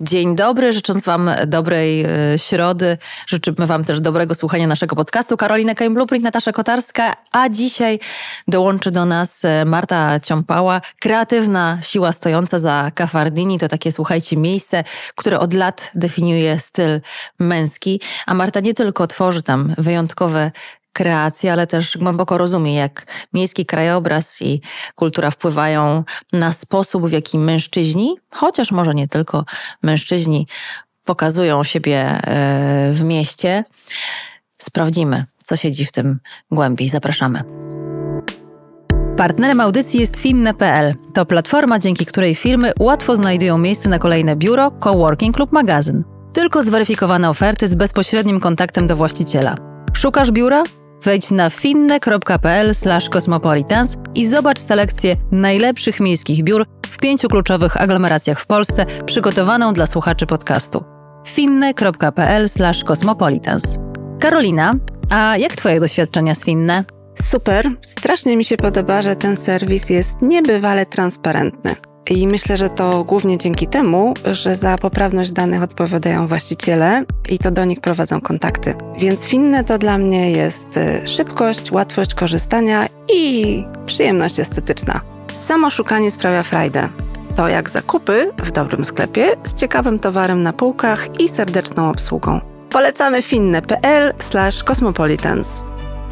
Dzień dobry, życząc Wam dobrej środy. Życzymy Wam też dobrego słuchania naszego podcastu. Karolina Keim Blueprint, Natasza Kotarska, a dzisiaj dołączy do nas Marta Ciąpała, kreatywna siła stojąca za Cafardini. To takie, słuchajcie, miejsce, które od lat definiuje styl męski. A Marta nie tylko tworzy tam wyjątkowe kreacje, ale też głęboko rozumie, jak miejski krajobraz i kultura wpływają na sposób, w jaki mężczyźni, chociaż może nie tylko mężczyźni, pokazują siebie w mieście. Sprawdzimy, co siedzi w tym głębiej. Zapraszamy. Partnerem audycji jest Finne.pl. To platforma, dzięki której firmy łatwo znajdują miejsce na kolejne biuro, coworking lub magazyn. Tylko zweryfikowane oferty z bezpośrednim kontaktem do właściciela. Szukasz biura? Wejdź na finne.pl/cosmopolitans i zobacz selekcję najlepszych miejskich biur w 5 kluczowych aglomeracjach w Polsce, przygotowaną dla słuchaczy podcastu. finne.pl/cosmopolitans. Karolina, a jak Twoje doświadczenia z Finne? Super, strasznie mi się podoba, że ten serwis jest niebywale transparentny. I myślę, że to głównie dzięki temu, że za poprawność danych odpowiadają właściciele i to do nich prowadzą kontakty. Więc Finne to dla mnie jest szybkość, łatwość korzystania i przyjemność estetyczna. Samo szukanie sprawia frajdę. To jak zakupy w dobrym sklepie z ciekawym towarem na półkach i serdeczną obsługą. Polecamy finne.pl/cosmopolitans.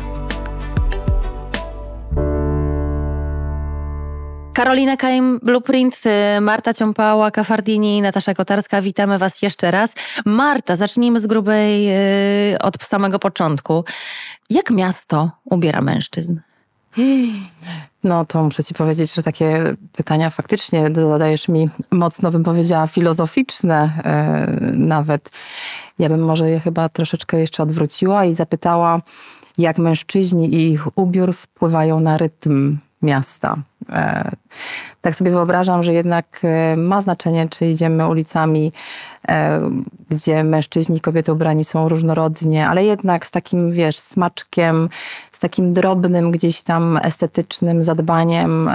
Karolina Keim Blueprint, Marta Ciąpała, Cafardini, Natasza Kotarska. Witamy Was jeszcze raz. Marta, zacznijmy z grubej od samego początku. Jak miasto ubiera mężczyzn? No to muszę Ci powiedzieć, że takie pytania faktycznie zadajesz mi mocno, bym powiedziała, filozoficzne nawet. Ja bym może je chyba troszeczkę jeszcze odwróciła i zapytała, jak mężczyźni i ich ubiór wpływają na rytm miasta. Tak sobie wyobrażam, że jednak ma znaczenie, czy idziemy ulicami, gdzie mężczyźni i kobiety ubrani są różnorodnie, ale jednak z takim, smaczkiem, z takim drobnym gdzieś tam estetycznym zadbaniem,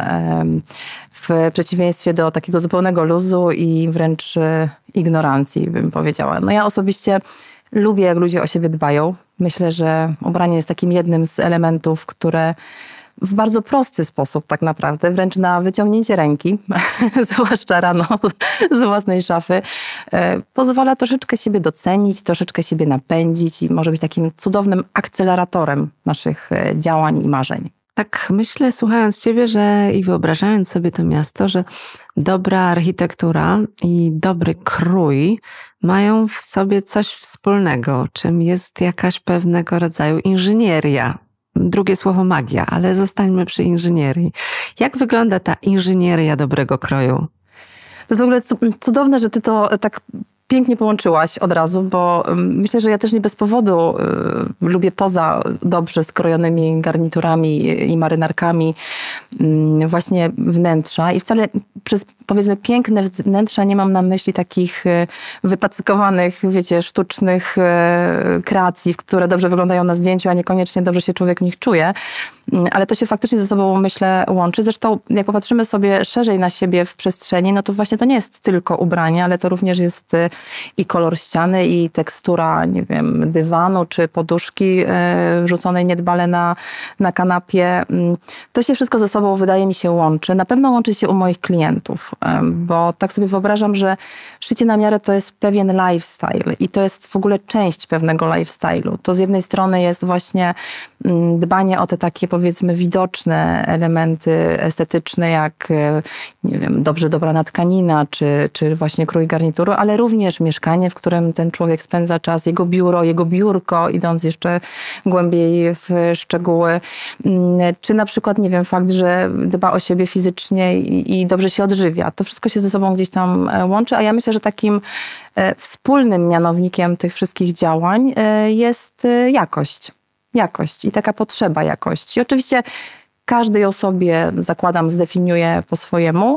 w przeciwieństwie do takiego zupełnego luzu i wręcz ignorancji, bym powiedziała. No ja osobiście lubię, jak ludzie o siebie dbają. Myślę, że ubranie jest takim jednym z elementów, które w bardzo prosty sposób tak naprawdę, wręcz na wyciągnięcie ręki, zwłaszcza rano z własnej szafy, pozwala troszeczkę siebie docenić, troszeczkę siebie napędzić i może być takim cudownym akceleratorem naszych działań i marzeń. Tak myślę, słuchając Ciebie, że i wyobrażając sobie to miasto, że dobra architektura i dobry krój mają w sobie coś wspólnego, czym jest jakaś pewnego rodzaju inżynieria. Drugie słowo magia, ale zostańmy przy inżynierii. Jak wygląda ta inżynieria dobrego kroju? To jest w ogóle cudowne, że Ty to tak pięknie połączyłaś od razu, bo myślę, że ja też nie bez powodu lubię poza dobrze skrojonymi garniturami i marynarkami właśnie wnętrza i wcale przez, powiedzmy, piękne wnętrza nie mam na myśli takich wypacykowanych, sztucznych kreacji, które dobrze wyglądają na zdjęciu, a niekoniecznie dobrze się człowiek w nich czuje, ale to się faktycznie ze sobą, myślę, łączy. Zresztą jak popatrzymy sobie szerzej na siebie w przestrzeni, no to właśnie to nie jest tylko ubranie, ale to również jest i kolor ściany, i tekstura, dywanu, czy poduszki rzuconej niedbale na kanapie. To się wszystko ze sobą, wydaje mi się, łączy. Na pewno łączy się u moich klientów, bo tak sobie wyobrażam, że szycie na miarę to jest pewien lifestyle i to jest w ogóle część pewnego lifestyle'u. To z jednej strony jest właśnie dbanie o te takie, powiedzmy, widoczne elementy estetyczne, jak dobrze dobrana tkanina, czy właśnie krój garnituru, ale również mieszkanie, w którym ten człowiek spędza czas, jego biuro, jego biurko, idąc jeszcze głębiej w szczegóły. Czy na przykład, fakt, że dba o siebie fizycznie i dobrze się odżywia. To wszystko się ze sobą gdzieś tam łączy, a ja myślę, że takim wspólnym mianownikiem tych wszystkich działań jest jakość. Jakość i taka potrzeba jakości. I oczywiście każdy ją sobie, zakładam, zdefiniuje po swojemu,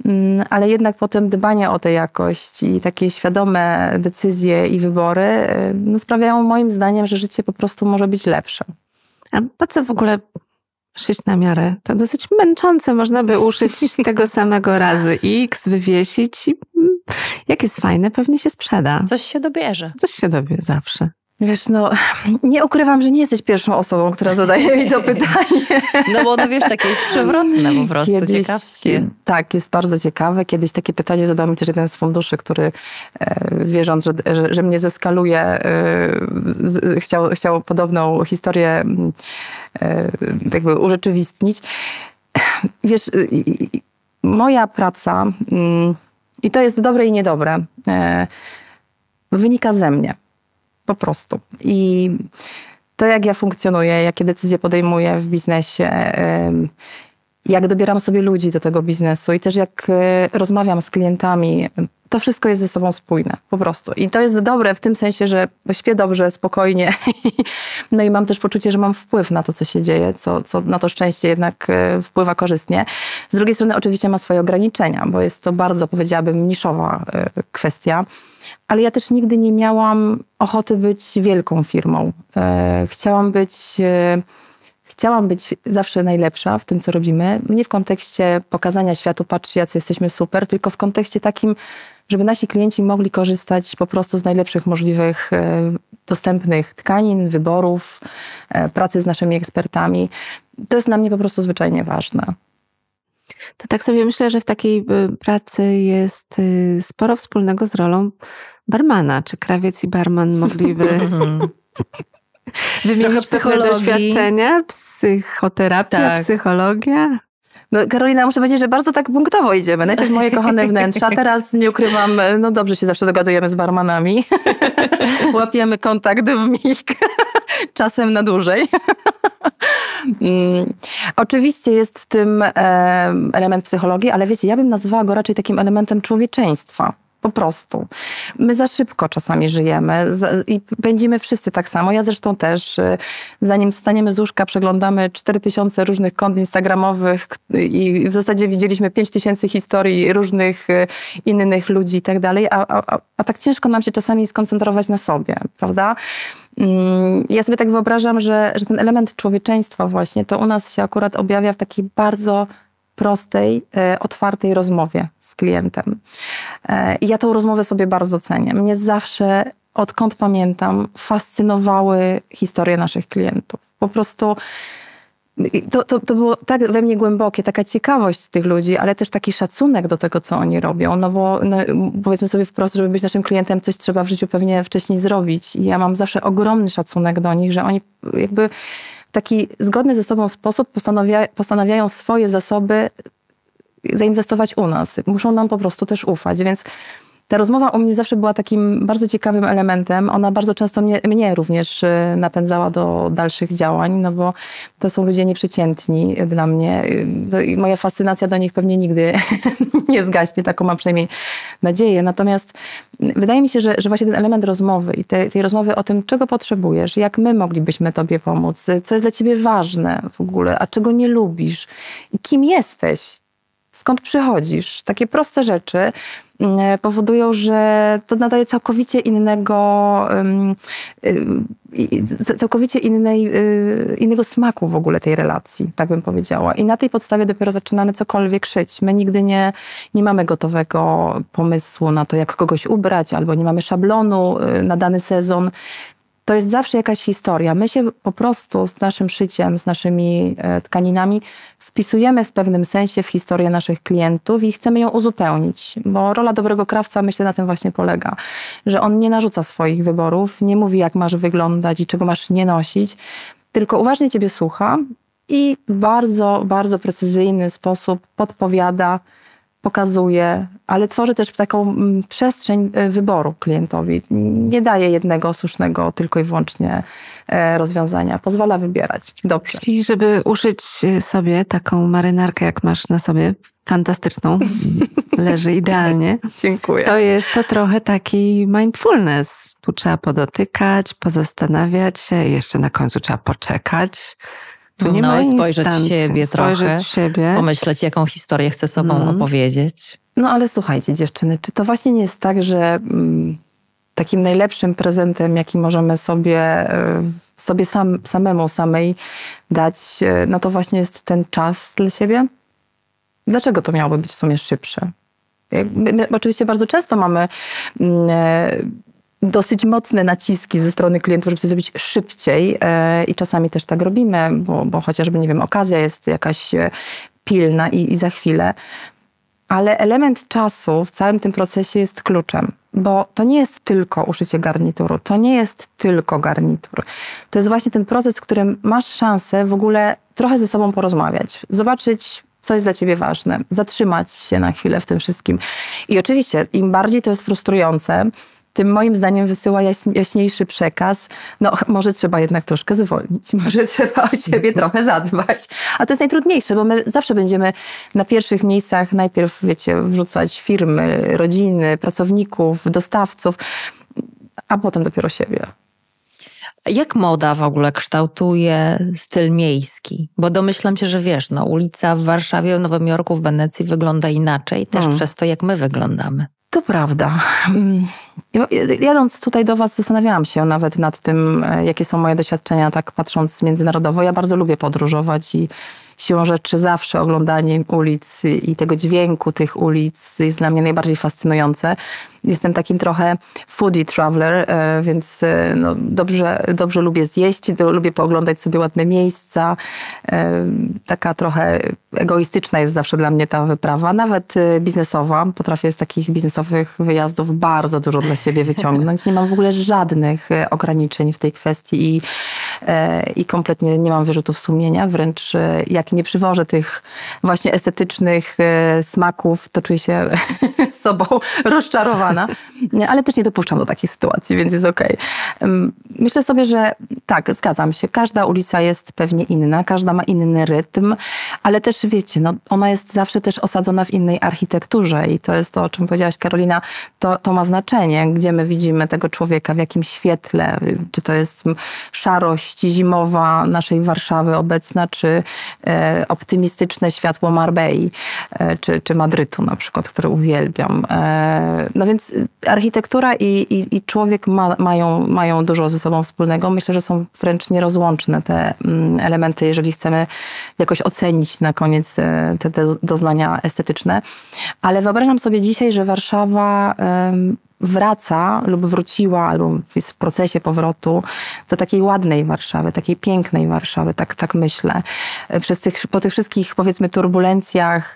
ale jednak potem dbanie o tę jakość i takie świadome decyzje i wybory sprawiają moim zdaniem, że życie po prostu może być lepsze. A po co w ogóle szyć na miarę? To dosyć męczące. Można by uszyć tego samego razy X, wywiesić i Jak jest fajne, pewnie się sprzeda. Coś się dobierze. Coś się dobierze zawsze. Wiesz, nie ukrywam, że nie jesteś pierwszą osobą, która zadaje mi to pytanie. No bo wiesz, takie jest przewrotne po prostu, ciekawskie. Tak, jest bardzo ciekawe. Kiedyś takie pytanie zadał mi też jeden z funduszy, który wierząc, że mnie zeskaluje, chciał podobną historię jakby urzeczywistnić. Wiesz, moja praca, i to jest dobre i niedobre, wynika ze mnie. Po prostu. I to, jak ja funkcjonuję, jakie decyzje podejmuję w biznesie, jak dobieram sobie ludzi do tego biznesu i też jak rozmawiam z klientami, to wszystko jest ze sobą spójne. Po prostu. I to jest dobre w tym sensie, że śpię dobrze, spokojnie. No i mam też poczucie, że mam wpływ na to, co się dzieje, co na to szczęście jednak wpływa korzystnie. Z drugiej strony oczywiście ma swoje ograniczenia, bo jest to bardzo, powiedziałabym, niszowa kwestia. Ale ja też nigdy nie miałam ochoty być wielką firmą. Chciałam być zawsze najlepsza w tym, co robimy. Nie w kontekście pokazania światu, patrzcie, jacy jesteśmy super, tylko w kontekście takim, żeby nasi klienci mogli korzystać po prostu z najlepszych możliwych dostępnych tkanin, wyborów, pracy z naszymi ekspertami. To jest dla mnie po prostu zwyczajnie ważne. To tak sobie myślę, że w takiej pracy jest sporo wspólnego z rolą barmana. Czy krawiec i barman mogliby wymienić pewne doświadczenia? Psychoterapia, psychologia? No, Karolina, muszę powiedzieć, że bardzo tak punktowo idziemy. Najpierw moje kochane wnętrza, teraz nie ukrywam, dobrze się zawsze dogadujemy z barmanami. Łapiemy kontakt w mig, czasem na dłużej. Oczywiście jest w tym element psychologii, ale wiecie, ja bym nazwała go raczej takim elementem człowieczeństwa. Po prostu. My za szybko czasami żyjemy i pędzimy wszyscy tak samo. Ja zresztą też. Zanim wstaniemy z łóżka, przeglądamy 4000 różnych kont instagramowych i w zasadzie widzieliśmy 5000 historii różnych innych ludzi i tak dalej, a tak ciężko nam się czasami skoncentrować na sobie, prawda? Ja sobie tak wyobrażam, że ten element człowieczeństwa właśnie, to u nas się akurat objawia w takiej bardzo prostej, otwartej rozmowie z klientem. I ja tą rozmowę sobie bardzo cenię. Mnie zawsze, odkąd pamiętam, fascynowały historie naszych klientów. Po prostu to było tak we mnie głębokie, taka ciekawość tych ludzi, ale też taki szacunek do tego, co oni robią. No bo powiedzmy sobie wprost, żeby być naszym klientem, coś trzeba w życiu pewnie wcześniej zrobić. I ja mam zawsze ogromny szacunek do nich, że oni jakby w taki zgodny ze sobą sposób postanawiają swoje zasoby zainwestować u nas. Muszą nam po prostu też ufać, więc ta rozmowa u mnie zawsze była takim bardzo ciekawym elementem. Ona bardzo często mnie również napędzała do dalszych działań, no bo to są ludzie nieprzeciętni dla mnie. I moja fascynacja do nich pewnie nigdy nie zgaśnie, taką mam przynajmniej nadzieję. Natomiast wydaje mi się, że właśnie ten element rozmowy i tej rozmowy o tym, czego potrzebujesz, jak my moglibyśmy tobie pomóc, co jest dla ciebie ważne w ogóle, a czego nie lubisz i kim jesteś, skąd przychodzisz. Takie proste rzeczy powodują, że to nadaje całkowicie innego smaku w ogóle tej relacji, tak bym powiedziała. I na tej podstawie dopiero zaczynamy cokolwiek szyć. My nigdy nie mamy gotowego pomysłu na to, jak kogoś ubrać, albo nie mamy szablonu na dany sezon. To jest zawsze jakaś historia. My się po prostu z naszym szyciem, z naszymi tkaninami wpisujemy w pewnym sensie w historię naszych klientów i chcemy ją uzupełnić. Bo rola dobrego krawca, myślę, na tym właśnie polega. Że on nie narzuca swoich wyborów, nie mówi, jak masz wyglądać i czego masz nie nosić, tylko uważnie ciebie słucha i w bardzo, bardzo precyzyjny sposób podpowiada, pokazuje, ale tworzy też taką przestrzeń wyboru klientowi. Nie daje jednego słusznego tylko i wyłącznie rozwiązania. Pozwala wybierać. Dobrze. Czyli żeby uszyć sobie taką marynarkę, jak masz na sobie, fantastyczną, leży idealnie. Dziękuję. To trochę taki mindfulness. Tu trzeba podotykać, pozastanawiać się, jeszcze na końcu trzeba poczekać. Tu nie ma spojrzeć w siebie trochę, w siebie. Pomyśleć, jaką historię chcę sobą opowiedzieć. No ale słuchajcie, dziewczyny, czy to właśnie nie jest tak, że takim najlepszym prezentem, jaki możemy sobie samej dać, no to właśnie jest ten czas dla siebie? Dlaczego to miałoby być w sumie szybsze? My oczywiście bardzo często mamy dosyć mocne naciski ze strony klientów, żeby to zrobić szybciej i czasami też tak robimy, bo chociażby, nie wiem, okazja jest jakaś pilna i za chwilę. Ale element czasu w całym tym procesie jest kluczem, bo to nie jest tylko uszycie garnituru, to nie jest tylko garnitur. To jest właśnie ten proces, w którym masz szansę w ogóle trochę ze sobą porozmawiać, zobaczyć, co jest dla ciebie ważne, zatrzymać się na chwilę w tym wszystkim. I oczywiście, im bardziej to jest frustrujące, tym moim zdaniem wysyła jaśniejszy przekaz. No, może trzeba jednak troszkę zwolnić, może trzeba o siebie trochę zadbać. A to jest najtrudniejsze, bo my zawsze będziemy na pierwszych miejscach najpierw, wiecie, wrzucać firmy, rodziny, pracowników, dostawców, a potem dopiero siebie. Jak moda w ogóle kształtuje styl miejski? Bo domyślam się, że wiesz, ulica w Warszawie, w Nowym Jorku, w Wenecji wygląda inaczej, też przez to, jak my wyglądamy. To prawda. Jadąc tutaj do was, zastanawiałam się nawet nad tym, jakie są moje doświadczenia, tak patrząc międzynarodowo. Ja bardzo lubię podróżować i siłą rzeczy zawsze oglądanie ulic i tego dźwięku tych ulic jest dla mnie najbardziej fascynujące. Jestem takim trochę foodie traveler, więc dobrze lubię zjeść, lubię pooglądać sobie ładne miejsca. Taka trochę egoistyczna jest zawsze dla mnie ta wyprawa, nawet biznesowa. Potrafię z takich biznesowych wyjazdów bardzo dużo dla siebie wyciągnąć. Nie mam w ogóle żadnych ograniczeń w tej kwestii i kompletnie nie mam wyrzutów sumienia. Wręcz jak nie przywożę tych właśnie estetycznych smaków, to czuję się z sobą rozczarowana. Ale też nie dopuszczam do takiej sytuacji, więc jest okej. Myślę sobie, że tak, zgadzam się. Każda ulica jest pewnie inna, każda ma inny rytm, ale też wiecie, ona jest zawsze też osadzona w innej architekturze i to jest to, o czym powiedziałaś, Karolina, to ma znaczenie, gdzie my widzimy tego człowieka, w jakim świetle, czy to jest szarość zimowa naszej Warszawy obecna, czy optymistyczne światło Marbei, czy Madrytu na przykład, które uwielbiam. No więc architektura i człowiek mają dużo ze sobą wspólnego. Myślę, że są wręcz nierozłączne te elementy, jeżeli chcemy jakoś ocenić na koniec te doznania estetyczne. Ale wyobrażam sobie dzisiaj, że Warszawa wraca lub wróciła, albo jest w procesie powrotu do takiej ładnej Warszawy, takiej pięknej Warszawy, tak myślę. Po tych wszystkich, powiedzmy, turbulencjach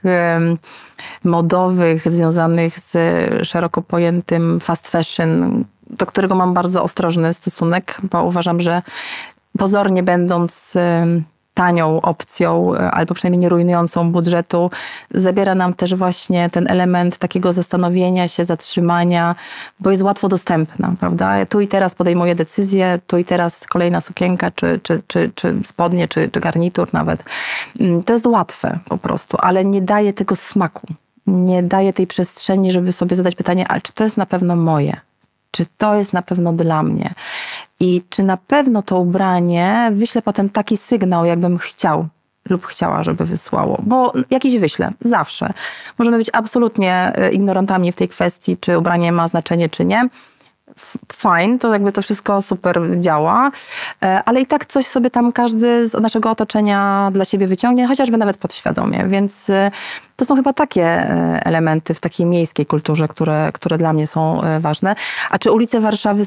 modowych związanych z szeroko pojętym fast fashion, do którego mam bardzo ostrożny stosunek, bo uważam, że pozornie będąc tanią opcją, albo przynajmniej nie rujnującą budżetu, zabiera nam też właśnie ten element takiego zastanowienia się, zatrzymania, bo jest łatwo dostępna, prawda? Tu i teraz podejmuję decyzję, tu i teraz kolejna sukienka, czy spodnie, czy garnitur nawet. To jest łatwe po prostu, ale nie daje tego smaku. Nie daje tej przestrzeni, żeby sobie zadać pytanie, ale czy to jest na pewno moje? Czy to jest na pewno dla mnie? I czy na pewno to ubranie wyśle potem taki sygnał, jakbym chciał lub chciała, żeby wysłało? Bo jakiś wyślę, zawsze. Możemy być absolutnie ignorantami w tej kwestii, czy ubranie ma znaczenie, czy nie. Fajnie, to jakby to wszystko super działa, ale i tak coś sobie tam każdy z naszego otoczenia dla siebie wyciągnie, chociażby nawet podświadomie, więc to są chyba takie elementy w takiej miejskiej kulturze, które dla mnie są ważne. A czy ulice Warszawy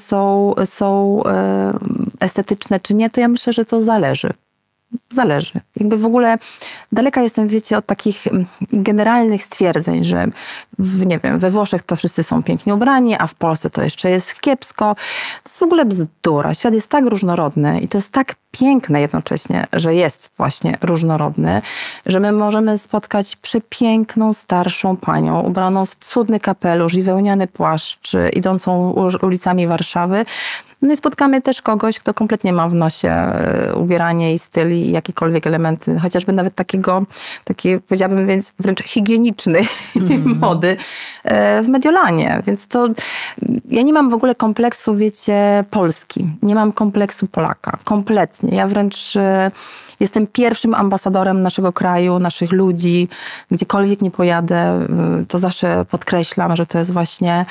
są estetyczne, czy nie, to ja myślę, że to zależy. Zależy. Jakby w ogóle daleka jestem, wiecie, od takich generalnych stwierdzeń, że nie wiem, we Włoszech to wszyscy są pięknie ubrani, a w Polsce to jeszcze jest kiepsko. To jest w ogóle bzdura. Świat jest tak różnorodny i to jest tak piękne jednocześnie, że jest właśnie różnorodny, że my możemy spotkać przepiękną, starszą panią ubraną w cudny kapelusz i wełniany płaszcz, idącą ulicami Warszawy. No i spotkamy też kogoś, kto kompletnie ma w nosie ubieranie i styl i jakiekolwiek elementy, chociażby nawet taki powiedziałabym więc wręcz higieniczny mody w Mediolanie. Więc to ja nie mam w ogóle kompleksu, wiecie, Polski. Nie mam kompleksu Polaka. Kompletnie. Ja wręcz jestem pierwszym ambasadorem naszego kraju, naszych ludzi. Gdziekolwiek nie pojadę, to zawsze podkreślam, że to jest właśnie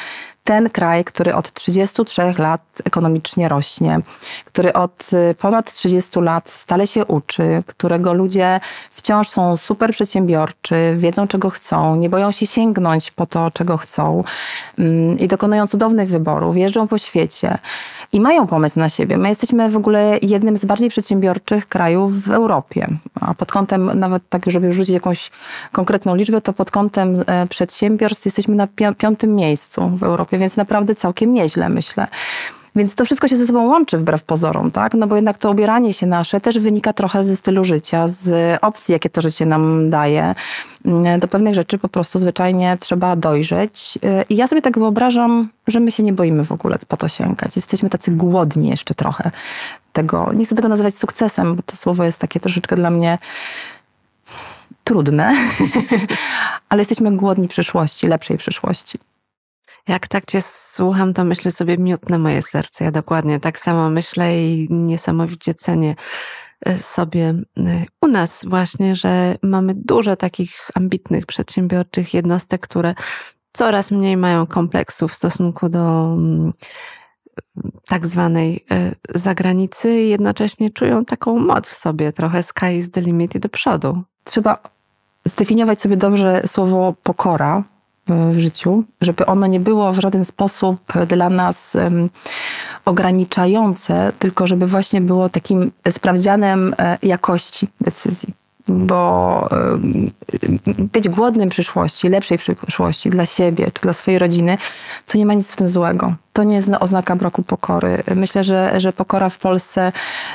ten kraj, który od 33 lat ekonomicznie rośnie, który od ponad 30 lat stale się uczy, którego ludzie wciąż są super przedsiębiorczy, wiedzą czego chcą, nie boją się sięgnąć po to, czego chcą i dokonują cudownych wyborów, jeżdżą po świecie i mają pomysł na siebie. My jesteśmy w ogóle jednym z bardziej przedsiębiorczych krajów w Europie. A pod kątem, nawet tak, żeby rzucić jakąś konkretną liczbę, to pod kątem przedsiębiorstw jesteśmy na 5. miejscu w Europie, więc naprawdę całkiem nieźle, myślę. Więc to wszystko się ze sobą łączy wbrew pozorom, tak? No bo jednak to ubieranie się nasze też wynika trochę ze stylu życia, z opcji, jakie to życie nam daje. Do pewnych rzeczy po prostu zwyczajnie trzeba dojrzeć. I ja sobie tak wyobrażam, że my się nie boimy w ogóle po to sięgać. Jesteśmy tacy głodni jeszcze trochę tego. Nie chcę tego nazywać sukcesem, bo to słowo jest takie troszeczkę dla mnie trudne. Ale jesteśmy głodni przyszłości, lepszej przyszłości. Jak tak cię słucham, to myślę sobie miód na moje serce. Ja dokładnie tak samo myślę i niesamowicie cenię sobie u nas właśnie, że mamy dużo takich ambitnych, przedsiębiorczych jednostek, które coraz mniej mają kompleksów w stosunku do tak zwanej zagranicy i jednocześnie czują taką moc w sobie, trochę sky is the limit i do przodu. Trzeba zdefiniować sobie dobrze słowo pokora w życiu, żeby ono nie było w żaden sposób dla nas ograniczające, tylko żeby właśnie było takim sprawdzianem jakości decyzji. Bo być głodnym przyszłości, lepszej przyszłości dla siebie czy dla swojej rodziny, to nie ma nic w tym złego. To nie jest oznaka braku pokory. Myślę, że pokora w Polsce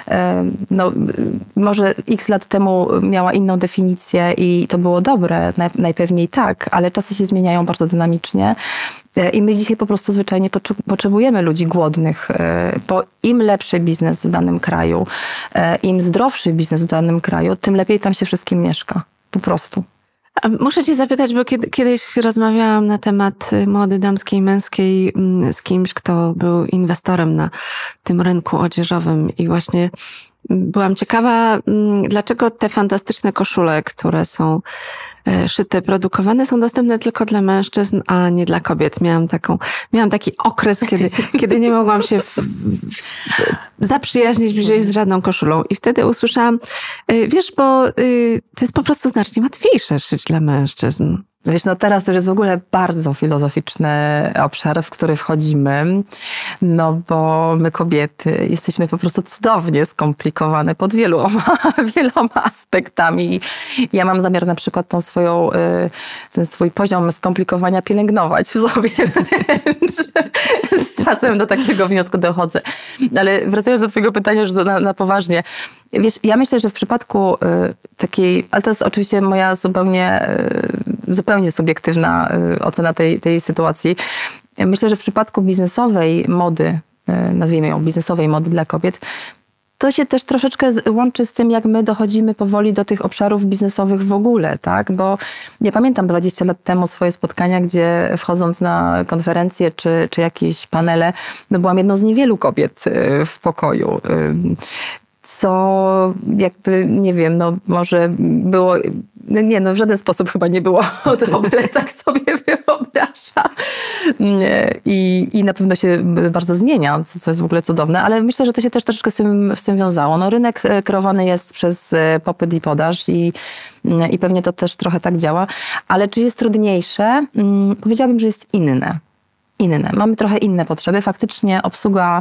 może x lat temu miała inną definicję i to było dobre, najpewniej tak, ale czasy się zmieniają bardzo dynamicznie. I my dzisiaj po prostu zwyczajnie potrzebujemy ludzi głodnych, bo im lepszy biznes w danym kraju, im zdrowszy biznes w danym kraju, tym lepiej tam się wszystkim mieszka. Po prostu. A muszę cię zapytać, bo kiedyś rozmawiałam na temat mody damskiej i męskiej z kimś, kto był inwestorem na tym rynku odzieżowym i właśnie byłam ciekawa, dlaczego te fantastyczne koszule, które są szyte, produkowane, są dostępne tylko dla mężczyzn, a nie dla kobiet. Miałam taki okres, kiedy nie mogłam się zaprzyjaźnić bliżej z żadną koszulą. I wtedy usłyszałam, wiesz, bo to jest po prostu znacznie łatwiejsze szyć dla mężczyzn. Wiesz, teraz to już jest w ogóle bardzo filozoficzny obszar, w który wchodzimy, no bo my kobiety jesteśmy po prostu cudownie skomplikowane pod wieloma aspektami. Ja mam zamiar na przykład ten swój poziom skomplikowania pielęgnować w sobie. Z czasem do takiego wniosku dochodzę. Ale wracając do twojego pytania już na poważnie. Wiesz, ja myślę, że w przypadku takiej, ale to jest oczywiście moja zupełnie subiektywna ocena tej sytuacji. Myślę, że w przypadku biznesowej mody, nazwijmy ją biznesowej mody dla kobiet, to się też troszeczkę łączy z tym, jak my dochodzimy powoli do tych obszarów biznesowych w ogóle, tak? Bo ja pamiętam 20 lat temu swoje spotkania, gdzie wchodząc na konferencje czy jakieś panele, byłam jedną z niewielu kobiet w pokoju. Co jakby, nie wiem, może było, w żaden sposób chyba nie było dobre, tak sobie wyobrażam. I na pewno się bardzo zmienia, co jest w ogóle cudowne, ale myślę, że to się też troszeczkę z tym wiązało. Rynek kreowany jest przez popyt i podaż i pewnie to też trochę tak działa, ale czy jest trudniejsze? Powiedziałabym, że jest inne. Mamy trochę inne potrzeby. Faktycznie obsługa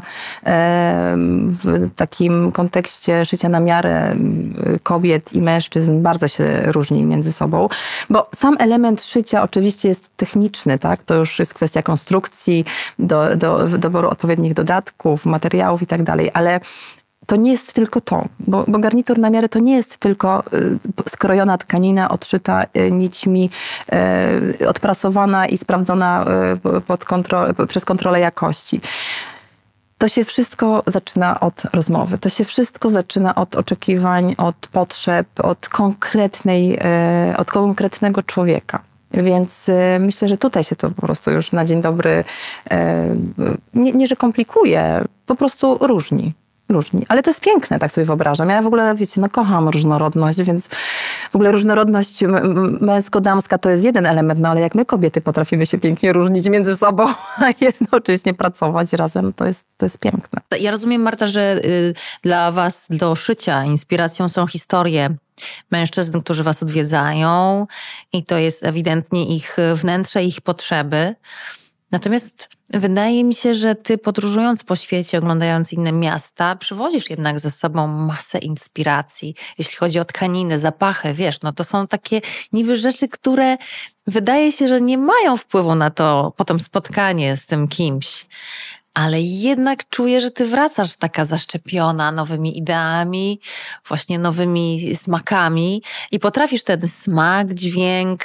w takim kontekście szycia na miarę kobiet i mężczyzn bardzo się różni między sobą, bo sam element szycia oczywiście jest techniczny, tak? To już jest kwestia konstrukcji, do doboru odpowiednich dodatków, materiałów i tak dalej, ale to nie jest tylko to, bo garnitur na miarę to nie jest tylko skrojona tkanina, odszyta nićmi, odprasowana i sprawdzona przez kontrolę jakości. To się wszystko zaczyna od rozmowy. To się wszystko zaczyna od oczekiwań, od potrzeb, od konkretnego człowieka. Więc myślę, że tutaj się to po prostu już na dzień dobry nie że komplikuje, po prostu różni. różni. Ale to jest piękne, tak sobie wyobrażam. Ja w ogóle, wiecie, kocham różnorodność, więc w ogóle różnorodność męsko-damska to jest jeden element, ale jak my kobiety potrafimy się pięknie różnić między sobą, a jednocześnie pracować razem, to jest piękne. Ja rozumiem, Marta, że dla was do szycia inspiracją są historie mężczyzn, którzy was odwiedzają i to jest ewidentnie ich wnętrze, ich potrzeby. Natomiast wydaje mi się, że ty podróżując po świecie, oglądając inne miasta, przywozisz jednak ze sobą masę inspiracji. Jeśli chodzi o tkaniny, zapachy, wiesz, to są takie niby rzeczy, które wydaje się, że nie mają wpływu na to potem spotkanie z tym kimś. Ale jednak czuję, że ty wracasz taka zaszczepiona nowymi ideami, właśnie nowymi smakami i potrafisz ten smak, dźwięk,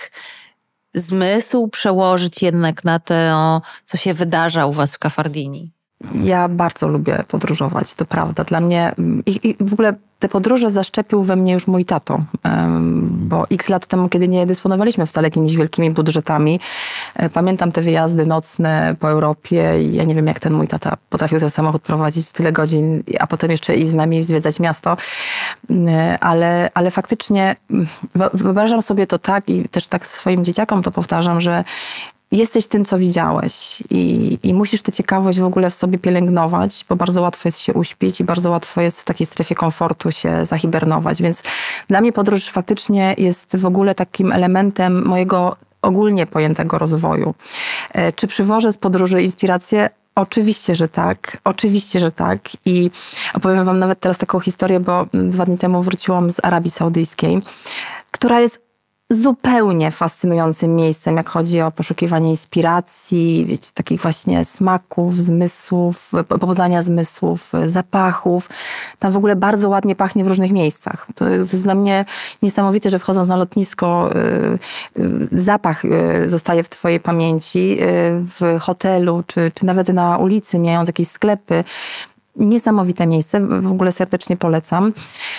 zmysł przełożyć jednak na to, co się wydarza u was w Cafardini. Ja bardzo lubię podróżować, to prawda. Dla mnie i w ogóle te podróże zaszczepił we mnie już mój tato, bo x lat temu, kiedy nie dysponowaliśmy wcale jakimiś wielkimi budżetami, pamiętam te wyjazdy nocne po Europie i ja nie wiem, jak ten mój tata potrafił za samochód prowadzić tyle godzin, a potem jeszcze iść z nami zwiedzać miasto, ale faktycznie wyobrażam sobie to tak i też tak swoim dzieciakom to powtarzam, że jesteś tym, co widziałeś i musisz tę ciekawość w ogóle w sobie pielęgnować, bo bardzo łatwo jest się uśpić i bardzo łatwo jest w takiej strefie komfortu się zahibernować. Więc dla mnie podróż faktycznie jest w ogóle takim elementem mojego ogólnie pojętego rozwoju. Czy przywożę z podróży inspirację? Oczywiście, że tak. Oczywiście, że tak. I opowiem wam nawet teraz taką historię, bo 2 dni temu wróciłam z Arabii Saudyjskiej, która jest zupełnie fascynującym miejscem, jak chodzi o poszukiwanie inspiracji, wiecie, takich właśnie smaków, zmysłów, pobudzania zmysłów, zapachów. Tam w ogóle bardzo ładnie pachnie w różnych miejscach. To jest dla mnie niesamowite, że wchodząc na lotnisko, zapach zostaje w twojej pamięci, w hotelu, czy nawet na ulicy, mijając jakieś sklepy. Niesamowite miejsce, w ogóle serdecznie polecam.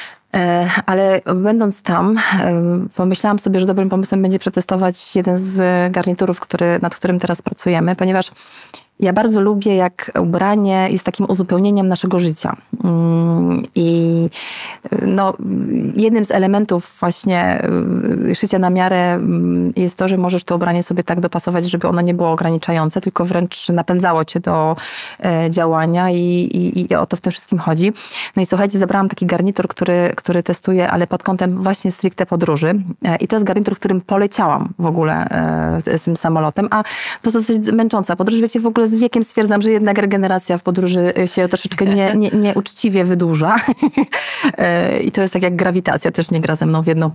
Ale będąc tam, pomyślałam sobie, że dobrym pomysłem będzie przetestować jeden z garniturów, nad którym teraz pracujemy, ponieważ ja bardzo lubię, jak ubranie jest takim uzupełnieniem naszego życia. I jednym z elementów właśnie szycia na miarę jest to, że możesz to ubranie sobie tak dopasować, żeby ono nie było ograniczające, tylko wręcz napędzało cię do działania i o to w tym wszystkim chodzi. No i słuchajcie, zabrałam taki garnitur, który testuję, ale pod kątem właśnie stricte podróży. I to jest garnitur, w którym poleciałam w ogóle z tym samolotem, a to jest dosyć męcząca podróż. Wiecie, w ogóle z wiekiem stwierdzam, że jednak regeneracja w podróży się troszeczkę nieuczciwie wydłuża. I to jest tak jak grawitacja, też nie gra ze mną w jedną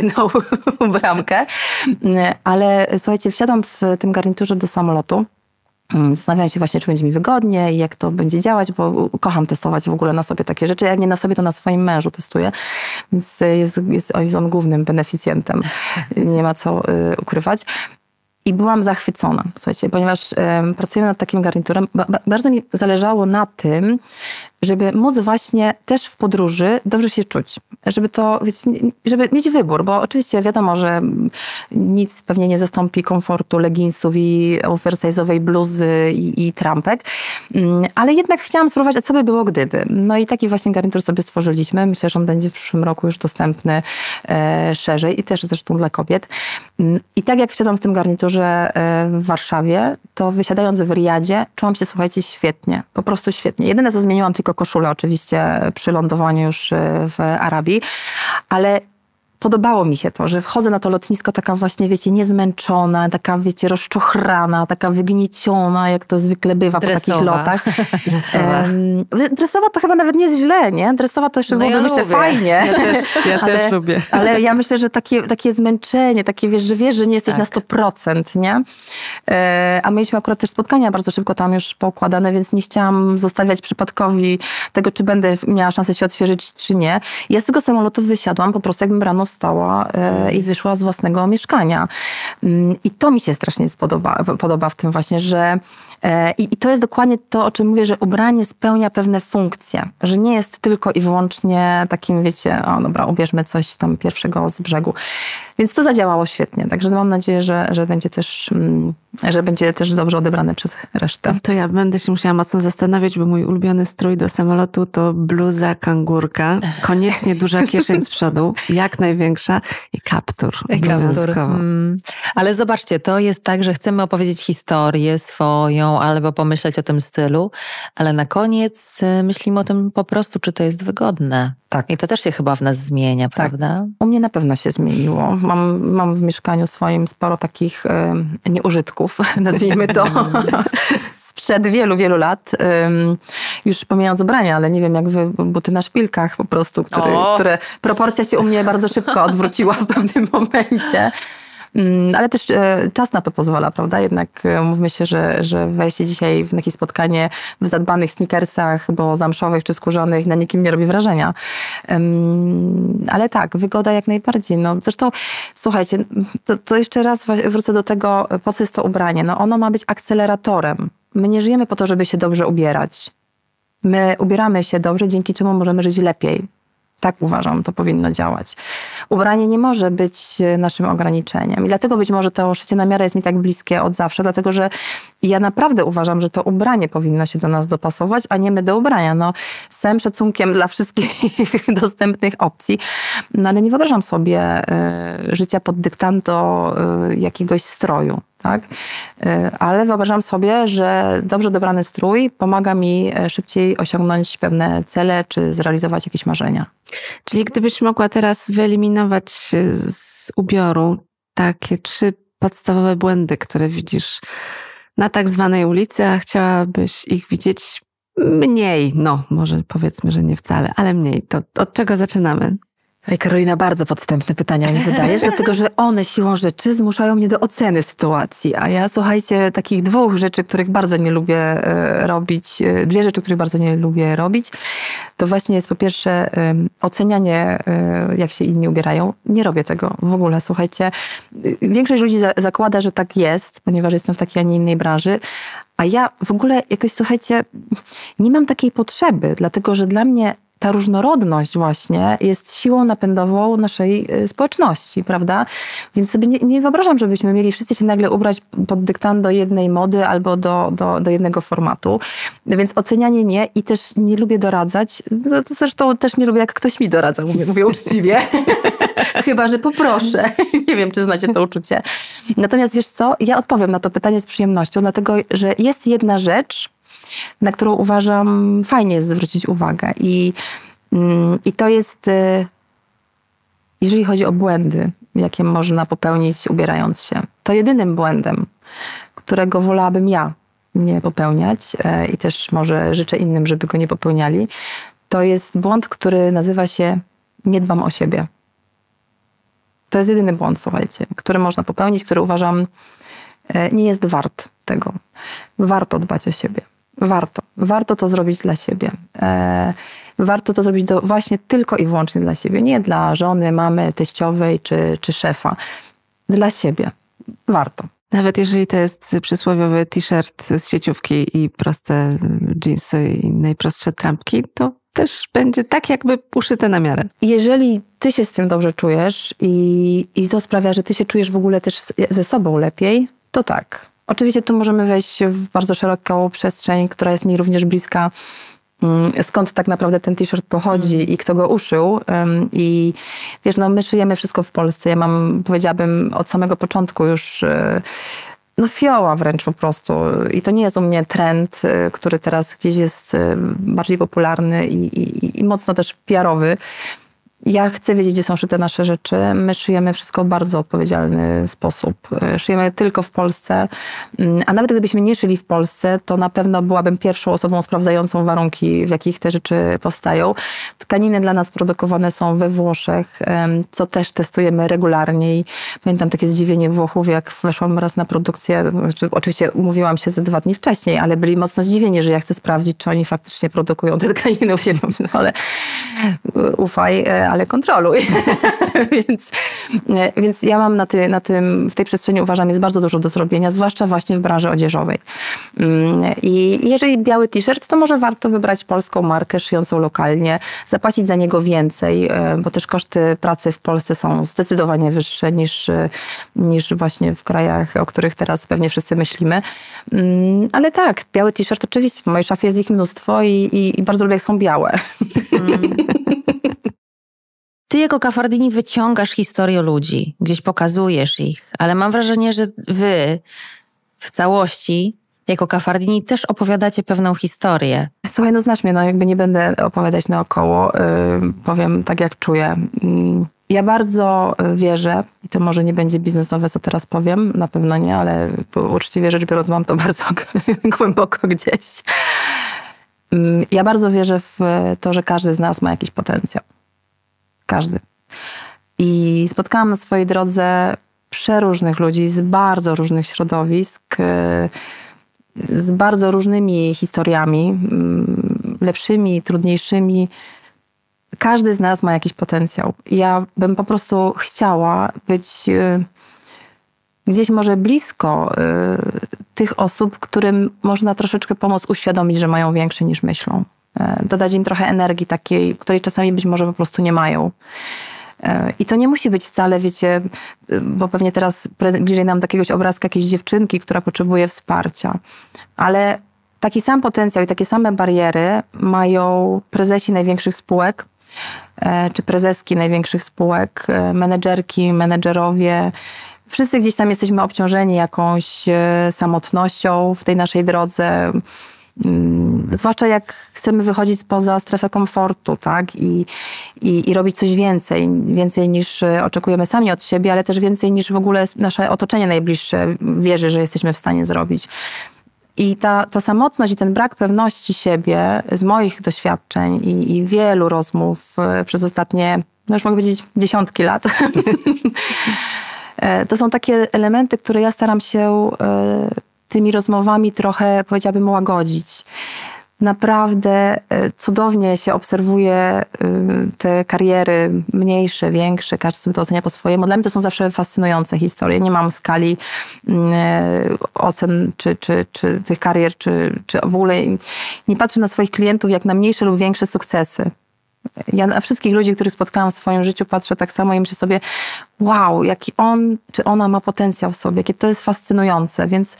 bramkę. Ale słuchajcie, wsiadłam w tym garniturze do samolotu. Zastanawiam się właśnie, czy będzie mi wygodnie i jak to będzie działać, bo kocham testować w ogóle na sobie takie rzeczy. Jak nie na sobie, to na swoim mężu testuję. Więc jest on głównym beneficjentem. Nie ma co ukrywać. I byłam zachwycona, słuchajcie, ponieważ pracujemy nad takim garniturem. Bardzo mi zależało na tym, żeby móc właśnie też w podróży dobrze się czuć. Żeby to, wiecie, żeby mieć wybór, bo oczywiście wiadomo, że nic pewnie nie zastąpi komfortu leginsów i oversize'owej bluzy i trampek, ale jednak chciałam spróbować, a co by było gdyby. No i taki właśnie garnitur sobie stworzyliśmy. Myślę, że on będzie w przyszłym roku już dostępny szerzej i też zresztą dla kobiet. I tak jak wsiadłam w tym garniturze w Warszawie, to wysiadając w Riyadzie czułam się, słuchajcie, świetnie. Po prostu świetnie. Jedyne co zmieniłam tylko koszulę oczywiście przy lądowaniu już w Arabii, ale podobało mi się to, że wchodzę na to lotnisko taka właśnie, wiecie, niezmęczona, taka, wiecie, rozczochrana, taka wygnieciona, jak to zwykle bywa po takich lotach. Dresowa to chyba nawet nie jest źle, nie? Dresowa to jeszcze byłoby, myślę, fajnie. Ja też lubię. Ale ja myślę, że takie zmęczenie, takie wiesz, że nie jesteś na 100%, nie? A mieliśmy akurat też spotkania bardzo szybko tam już poukładane, więc nie chciałam zostawiać przypadkowi tego, czy będę miała szansę się odświeżyć, czy nie. Ja z tego samolotu wysiadłam po prostu, jakbym rano wstała i wyszła z własnego mieszkania. I to mi się strasznie podoba w tym właśnie, że i to jest dokładnie to, o czym mówię, że ubranie spełnia pewne funkcje, że nie jest tylko i wyłącznie takim, wiecie, o dobra, ubierzmy coś tam pierwszego z brzegu. Więc to zadziałało świetnie, także mam nadzieję, że będzie też dobrze odebrane przez resztę. To ja będę się musiała mocno zastanawiać, bo mój ulubiony strój do samolotu to bluza kangurka, koniecznie duża kieszeń z przodu, jak największa i kaptur. Ale zobaczcie, to jest tak, że chcemy opowiedzieć historię swoją albo pomyśleć o tym stylu, ale na koniec myślimy o tym po prostu, czy to jest wygodne. Tak. I to też się chyba w nas zmienia, prawda? U mnie na pewno się zmieniło. Mam w mieszkaniu swoim sporo takich nieużytków, nazwijmy to, sprzed wielu, wielu lat. Już pomijając ubrania, ale nie wiem jak wy, buty na szpilkach po prostu, które proporcja się u mnie bardzo szybko odwróciła w pewnym momencie. Ale też czas na to pozwala, prawda? Jednak mówmy się, że wejście dzisiaj na jakieś spotkanie w zadbanych sneakersach, bo zamszowych czy skórzanych na nikim nie robi wrażenia. Ale tak, wygoda jak najbardziej. No, zresztą, słuchajcie, to jeszcze raz wrócę do tego, po co jest to ubranie. No, ono ma być akceleratorem. My nie żyjemy po to, żeby się dobrze ubierać. My ubieramy się dobrze, dzięki czemu możemy żyć lepiej. Tak uważam, to powinno działać. Ubranie nie może być naszym ograniczeniem. I dlatego być może to szycie na miarę jest mi tak bliskie od zawsze, dlatego że ja naprawdę uważam, że to ubranie powinno się do nas dopasować, a nie my do ubrania. No, z całym szacunkiem dla wszystkich dostępnych opcji, no ale nie wyobrażam sobie życia pod dyktando jakiegoś stroju. Tak? Ale wyobrażam sobie, że dobrze dobrany strój pomaga mi szybciej osiągnąć pewne cele, czy zrealizować jakieś marzenia. Czyli gdybyś mogła teraz wyeliminować z ubioru takie 3 podstawowe błędy, które widzisz na tak zwanej ulicy, a chciałabyś ich widzieć mniej, no może powiedzmy, że nie wcale, ale mniej, to od czego zaczynamy? Ej, Karolina, bardzo podstępne pytania mi zadajesz, dlatego że one siłą rzeczy zmuszają mnie do oceny sytuacji. A ja, słuchajcie, takich 2 rzeczy, których bardzo nie lubię robić, 2 rzeczy, których bardzo nie lubię robić, to właśnie jest po pierwsze ocenianie, jak się inni ubierają. Nie robię tego w ogóle, słuchajcie. Większość ludzi zakłada, że tak jest, ponieważ jestem w takiej, a nie innej branży. A ja w ogóle jakoś, słuchajcie, nie mam takiej potrzeby, dlatego że dla mnie ta różnorodność właśnie jest siłą napędową naszej społeczności, prawda? Więc sobie nie wyobrażam, żebyśmy mieli wszyscy się nagle ubrać pod dyktando jednej mody albo do jednego formatu. Więc ocenianie nie i też nie lubię doradzać. No, to zresztą też nie lubię, jak ktoś mi doradza, mówię uczciwie. Chyba że poproszę. Nie wiem, czy znacie to uczucie. Natomiast wiesz co? Ja odpowiem na to pytanie z przyjemnością, dlatego że jest jedna rzecz, na którą uważam fajnie jest zwrócić uwagę. I to jest, jeżeli chodzi o błędy, jakie można popełnić ubierając się, to jedynym błędem, którego wolałabym ja nie popełniać i też może życzę innym, żeby go nie popełniali, to jest błąd, który nazywa się nie dbam o siebie. To jest jedyny błąd, słuchajcie, który można popełnić, który uważam nie jest wart tego. Warto dbać o siebie. Warto to zrobić dla siebie. Warto to zrobić właśnie tylko i wyłącznie dla siebie. Nie dla żony, mamy, teściowej czy szefa. Dla siebie. Warto. Nawet jeżeli to jest przysłowiowy t-shirt z sieciówki i proste dżinsy i najprostsze trampki, to też będzie tak jakby uszyte na miarę. Jeżeli ty się z tym dobrze czujesz i to sprawia, że ty się czujesz w ogóle też ze sobą lepiej, to tak. Oczywiście tu możemy wejść w bardzo szeroką przestrzeń, która jest mi również bliska, skąd tak naprawdę ten t-shirt pochodzi i kto go uszył. I wiesz, no my szyjemy wszystko w Polsce. Ja mam, powiedziałabym, od samego początku już fioła wręcz po prostu. I to nie jest u mnie trend, który teraz gdzieś jest bardziej popularny i mocno też PR-owy. Ja chcę wiedzieć, gdzie są szyte nasze rzeczy. My szyjemy wszystko w bardzo odpowiedzialny sposób. Szyjemy tylko w Polsce. A nawet gdybyśmy nie szyli w Polsce, to na pewno byłabym pierwszą osobą sprawdzającą warunki, w jakich te rzeczy powstają. Tkaniny dla nas produkowane są we Włoszech, co też testujemy regularnie. I pamiętam takie zdziwienie Włochów, jak weszłam raz na produkcję. Oczywiście umówiłam się ze 2 dni wcześniej, ale byli mocno zdziwieni, że ja chcę sprawdzić, czy oni faktycznie produkują te tkaniny u siebie. Ale ufaj. ale kontroluj. Więc ja mam w tej przestrzeni, uważam, jest bardzo dużo do zrobienia, zwłaszcza właśnie w branży odzieżowej. I jeżeli biały t-shirt, to może warto wybrać polską markę szyjącą lokalnie, zapłacić za niego więcej, bo też koszty pracy w Polsce są zdecydowanie wyższe niż właśnie w krajach, o których teraz pewnie wszyscy myślimy. Ale tak, biały t-shirt oczywiście, w mojej szafie jest ich mnóstwo i bardzo lubię, jak są białe. Ty jako Gaffardini wyciągasz historię ludzi, gdzieś pokazujesz ich, ale mam wrażenie, że wy w całości jako Gaffardini też opowiadacie pewną historię. Słuchaj, no znasz mnie, jakby nie będę opowiadać naokoło, powiem tak jak czuję. Ja bardzo wierzę, i to może nie będzie biznesowe, co teraz powiem, na pewno nie, ale uczciwie rzecz biorąc mam to bardzo głęboko gdzieś. Ja bardzo wierzę w to, że każdy z nas ma jakiś potencjał. Każdy. I spotkałam na swojej drodze przeróżnych ludzi z bardzo różnych środowisk, z bardzo różnymi historiami, lepszymi, trudniejszymi. Każdy z nas ma jakiś potencjał. Ja bym po prostu chciała być gdzieś może blisko tych osób, którym można troszeczkę pomóc uświadomić, że mają większe niż myślą. Dodać im trochę energii takiej, której czasami być może po prostu nie mają. I to nie musi być wcale, wiecie, bo pewnie teraz bliżej nam takiegoś obrazka jakiejś dziewczynki, która potrzebuje wsparcia. Ale taki sam potencjał i takie same bariery mają prezesi największych spółek, czy prezeski największych spółek, menedżerki, menedżerowie. Wszyscy gdzieś tam jesteśmy obciążeni jakąś samotnością w tej naszej drodze. Zwłaszcza jak chcemy wychodzić spoza strefę komfortu, tak? I robić coś więcej niż oczekujemy sami od siebie, ale też więcej niż w ogóle nasze otoczenie najbliższe wierzy, że jesteśmy w stanie zrobić. I ta samotność i ten brak pewności siebie z moich doświadczeń i wielu rozmów przez ostatnie, no już mogę powiedzieć, dziesiątki lat, to są takie elementy, które ja staram się tymi rozmowami trochę, powiedziałabym, łagodzić. Naprawdę cudownie się obserwuje te kariery mniejsze, większe, każdy sobie to ocenia po swojemu. Dla mnie to są zawsze fascynujące historie. Nie mam skali ocen czy tych karier, czy w ogóle nie patrzę na swoich klientów jak na mniejsze lub większe sukcesy. Ja na wszystkich ludzi, których spotkałam w swoim życiu, patrzę tak samo i myślę sobie, wow, jaki on czy ona ma potencjał w sobie, jakie to jest fascynujące. Więc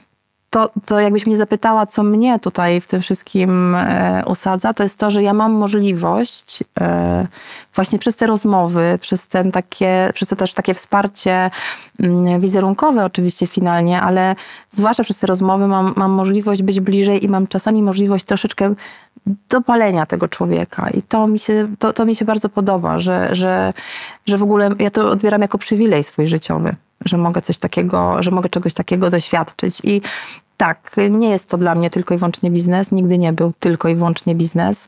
to jakbyś mnie zapytała, co mnie tutaj w tym wszystkim usadza, to jest to, że ja mam możliwość właśnie przez te rozmowy, przez to też takie wsparcie wizerunkowe oczywiście finalnie, ale zwłaszcza przez te rozmowy mam możliwość być bliżej i mam czasami możliwość troszeczkę dopalenia tego człowieka. I to mi się bardzo podoba, że w ogóle ja to odbieram jako przywilej swój życiowy, że mogę czegoś takiego doświadczyć. I tak, nie jest to dla mnie tylko i wyłącznie biznes, nigdy nie był tylko i wyłącznie biznes.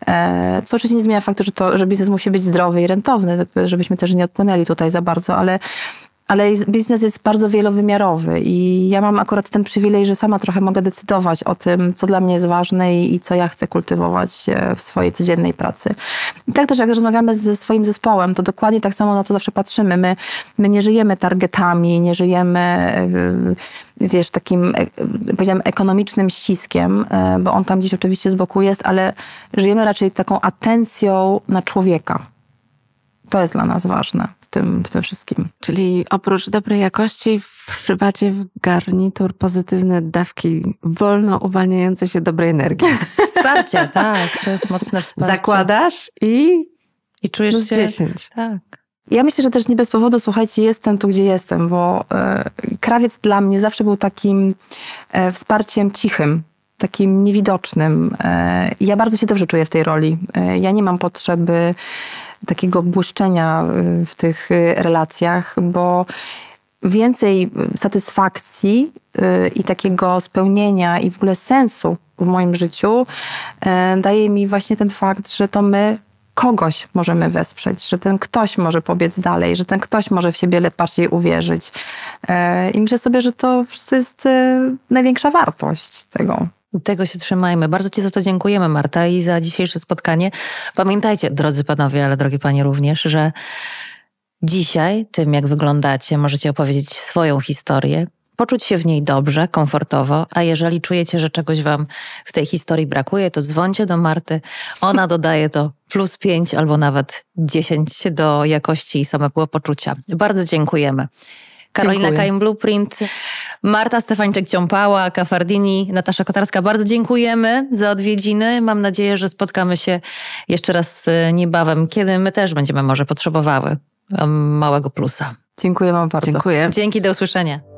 Co oczywiście nie zmienia faktu, że biznes musi być zdrowy i rentowny, żebyśmy też nie odpłynęli tutaj za bardzo, ale biznes jest bardzo wielowymiarowy i ja mam akurat ten przywilej, że sama trochę mogę decydować o tym, co dla mnie jest ważne i co ja chcę kultywować w swojej codziennej pracy. I tak też jak rozmawiamy ze swoim zespołem, to dokładnie tak samo na to zawsze patrzymy. My nie żyjemy targetami, nie żyjemy, wiesz, takim, powiedziałam, ekonomicznym ściskiem, bo on tam gdzieś oczywiście z boku jest, ale żyjemy raczej taką atencją na człowieka. To jest dla nas ważne w tym wszystkim. Czyli oprócz dobrej jakości wszywacie w garnitur pozytywne dawki wolno uwalniające się dobrej energii. Wsparcie, tak. To jest mocne wsparcie. Zakładasz i czujesz plus się... 10. Tak. Ja myślę, że też nie bez powodu, słuchajcie, jestem tu, gdzie jestem, bo krawiec dla mnie zawsze był takim wsparciem cichym, takim niewidocznym. Ja bardzo się dobrze czuję w tej roli. Ja nie mam potrzeby takiego błyszczenia w tych relacjach, bo więcej satysfakcji i takiego spełnienia i w ogóle sensu w moim życiu daje mi właśnie ten fakt, że to my kogoś możemy wesprzeć, że ten ktoś może pobiec dalej, że ten ktoś może w siebie bardziej uwierzyć. I myślę sobie, że to po prostu jest największa wartość tego. Tego się trzymajmy. Bardzo Ci za to dziękujemy, Marta, i za dzisiejsze spotkanie. Pamiętajcie, drodzy panowie, ale drogie panie również, że dzisiaj tym, jak wyglądacie, możecie opowiedzieć swoją historię, poczuć się w niej dobrze, komfortowo, a jeżeli czujecie, że czegoś wam w tej historii brakuje, to dzwońcie do Marty. Ona dodaje to +5 albo nawet 10 do jakości i samego poczucia. Bardzo dziękujemy. Karolina Kain-Blueprint, Marta Stefańczyk-Ciąpała, Cafardini, Natasza Kotarska. Bardzo dziękujemy za odwiedziny. Mam nadzieję, że spotkamy się jeszcze raz niebawem, kiedy my też będziemy może potrzebowały małego plusa. Dziękuję wam bardzo. Dziękuję. Dzięki, do usłyszenia.